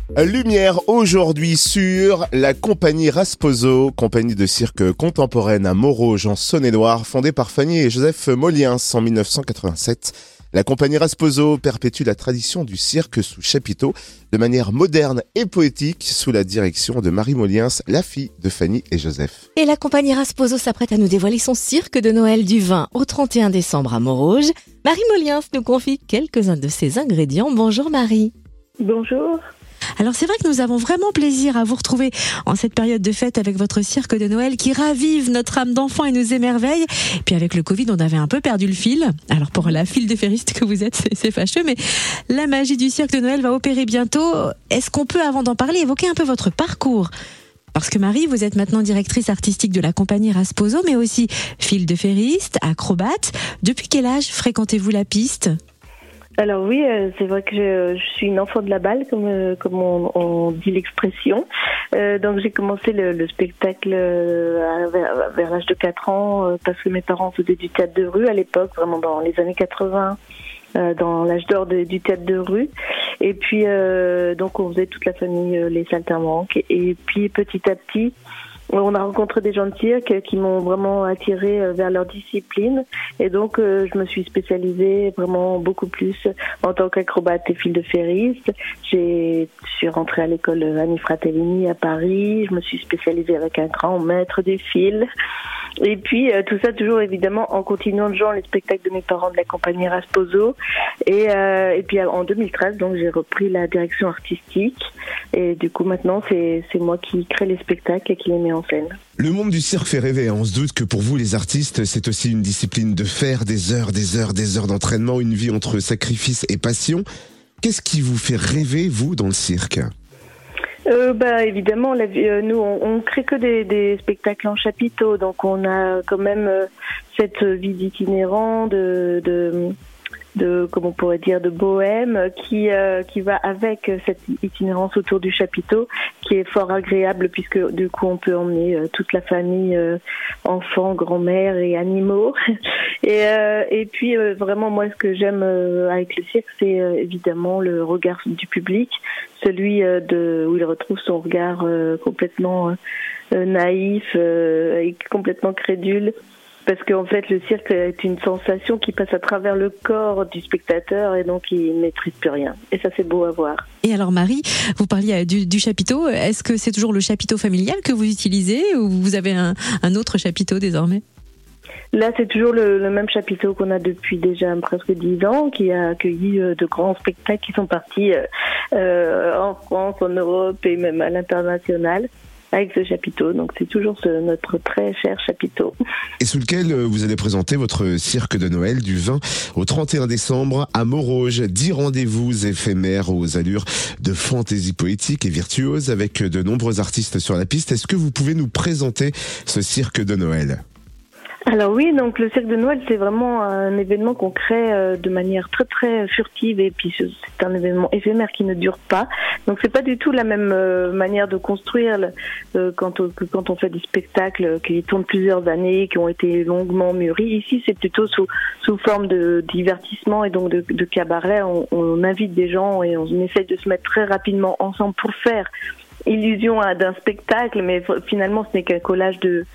Lumière aujourd'hui sur la compagnie Rasposo, compagnie de cirque contemporaine à Morauges en Saône-et-Loire, fondée par Fanny et Joseph Moliens en 1987. La compagnie Rasposo perpétue la tradition du cirque sous chapiteau de manière moderne et poétique sous la direction de Marie Moliens, la fille de Fanny et Joseph. Et la compagnie Rasposo s'apprête à nous dévoiler son cirque de Noël du 20 au 31 décembre à Morauges. Marie Moliens nous confie quelques-uns de ses ingrédients. Bonjour Marie. Bonjour. Alors c'est vrai que nous avons vraiment plaisir à vous retrouver en cette période de fête avec votre cirque de Noël qui ravive notre âme d'enfant et nous émerveille. Puis avec le Covid, on avait un peu perdu le fil. Alors pour la file de féristes que vous êtes, c'est fâcheux, mais la magie du cirque de Noël va opérer bientôt. Est-ce qu'on peut, avant d'en parler, évoquer un peu votre parcours ? Parce que Marie, vous êtes maintenant directrice artistique de la compagnie Rasposo, mais aussi file de fériste, acrobate. Depuis quel âge fréquentez-vous la piste ? Alors oui, c'est vrai que je suis une enfant de la balle, comme on dit l'expression. Donc j'ai commencé le spectacle vers l'âge de 4 ans, parce que mes parents faisaient du théâtre de rue à l'époque, vraiment dans les années 80, dans l'âge d'or du théâtre de rue. Et puis donc on faisait toute la famille les saltimbanques. Et puis petit à petit, on a rencontré des gens de cirque qui m'ont vraiment attirée vers leur discipline et donc je me suis spécialisée vraiment beaucoup plus en tant qu'acrobate et file de fériste. Je suis rentrée à l'école Annie Fratellini à Paris, je me suis spécialisée avec un grand maître des files. Et puis tout ça toujours évidemment en continuant de jouer les spectacles de mes parents de la compagnie Rasposo. Et puis en 2013 donc j'ai repris la direction artistique et du coup maintenant c'est moi qui crée les spectacles et qui les mets en scène. Le monde du cirque fait rêver. On se doute que pour vous les artistes c'est aussi une discipline de fer, des heures d'entraînement, une vie entre sacrifice et passion. Qu'est-ce qui vous fait rêver vous dans le cirque ? Évidemment, nous on crée que des spectacles en chapiteau, donc on a quand même cette vie d'itinérant, de comment on pourrait dire, de bohème qui va avec cette itinérance autour du chapiteau, qui est fort agréable puisque du coup on peut emmener toute la famille, enfants, grand-mère et animaux. Et puis vraiment moi ce que j'aime avec le cirque, c'est évidemment le regard du public, celui où il retrouve son regard complètement naïf et complètement crédule. Parce qu'en fait, le cirque est une sensation qui passe à travers le corps du spectateur et donc il ne maîtrise plus rien. Et ça, c'est beau à voir. Et alors Marie, vous parliez du chapiteau. Est-ce que c'est toujours le chapiteau familial que vous utilisez ou vous avez un autre chapiteau désormais ? Là, c'est toujours le même chapiteau qu'on a depuis déjà presque 10 ans, qui a accueilli de grands spectacles qui sont partis en France, en Europe et même à l'international. Avec ce chapiteau, donc c'est toujours notre très cher chapiteau. Et sous lequel vous allez présenter votre cirque de Noël du 20 au 31 décembre à Morauges. 10 rendez-vous éphémères aux allures de fantaisie poétique et virtuose avec de nombreux artistes sur la piste. Est-ce que vous pouvez nous présenter ce cirque de Noël ? Alors oui, donc le cirque de Noël, c'est vraiment un événement qu'on crée de manière très très furtive et puis c'est un événement éphémère qui ne dure pas. Donc c'est pas du tout la même manière de construire quand on fait des spectacles qui tournent plusieurs années, qui ont été longuement mûris. Ici, c'est plutôt sous forme de divertissement et donc de cabaret. On invite des gens et on essaye de se mettre très rapidement ensemble pour faire illusion d'un spectacle, mais finalement ce n'est qu'un collage de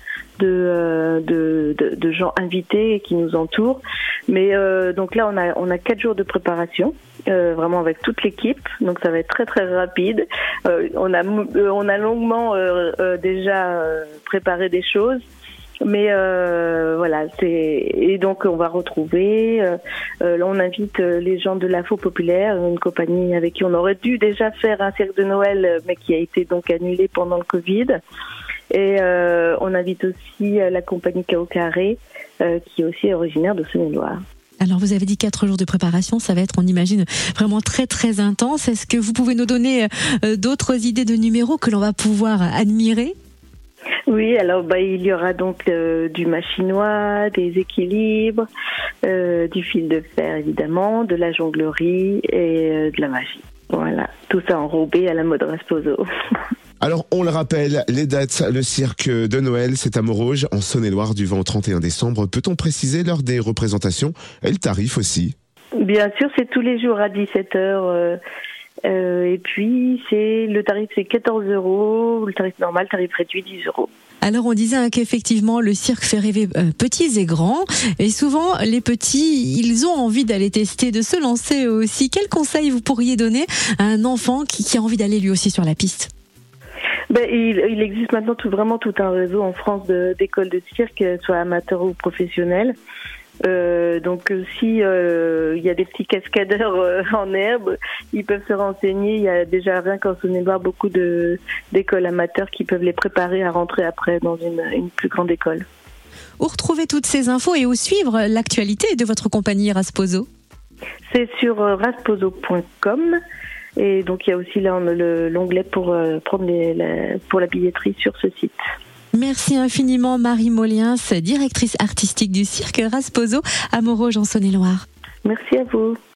gens invités qui nous entourent. Mais donc là on a 4 jours de préparation, vraiment avec toute l'équipe, donc ça va être très très rapide. On a longuement déjà préparé des choses. Mais voilà, et donc on va retrouver. Là, on invite les gens de l'Info Populaire, une compagnie avec qui on aurait dû déjà faire un cirque de Noël, mais qui a été donc annulé pendant le Covid. Et on invite aussi la compagnie Chaos Carré, qui est aussi originaire de Saône-et-Loire. Alors vous avez dit 4 jours de préparation, ça va être, on imagine, vraiment très très intense. Est-ce que vous pouvez nous donner d'autres idées de numéros que l'on va pouvoir admirer ? Oui, alors il y aura donc du machinois, des équilibres, du fil de fer évidemment, de la jonglerie et de la magie. Voilà, tout ça enrobé à la mode Rasposo. Alors, on le rappelle, les dates, le cirque de Noël, c'est à Morauges, en Saône-et-Loire, du 20 au 31 décembre. Peut-on préciser l'heure des représentations et le tarif aussi ? Bien sûr, c'est tous les jours à 17h Et puis le tarif c'est 14 €, le tarif normal, tarif réduit 10 €. Alors on disait qu'effectivement le cirque fait rêver petits et grands, et souvent les petits ils ont envie d'aller tester, de se lancer aussi. Quel conseil vous pourriez donner à un enfant qui a envie d'aller lui aussi sur la piste? Il existe maintenant vraiment tout un réseau en France d'écoles de cirque, soit amateurs ou professionnels. Donc si il y a des petits cascadeurs en herbe, ils peuvent se renseigner. Il y a déjà rien qu'en Saône-et-Loire beaucoup d'écoles amateurs qui peuvent les préparer à rentrer après dans une plus grande école. Où retrouver toutes ces infos et où suivre l'actualité de votre compagnie Rasposo? C'est sur rasposo.com. Et donc il y a aussi là l'onglet pour la billetterie sur ce site. Merci infiniment Marie Moliens, directrice artistique du cirque Rasposo à Morauges en Saône-et-Loire. Merci à vous.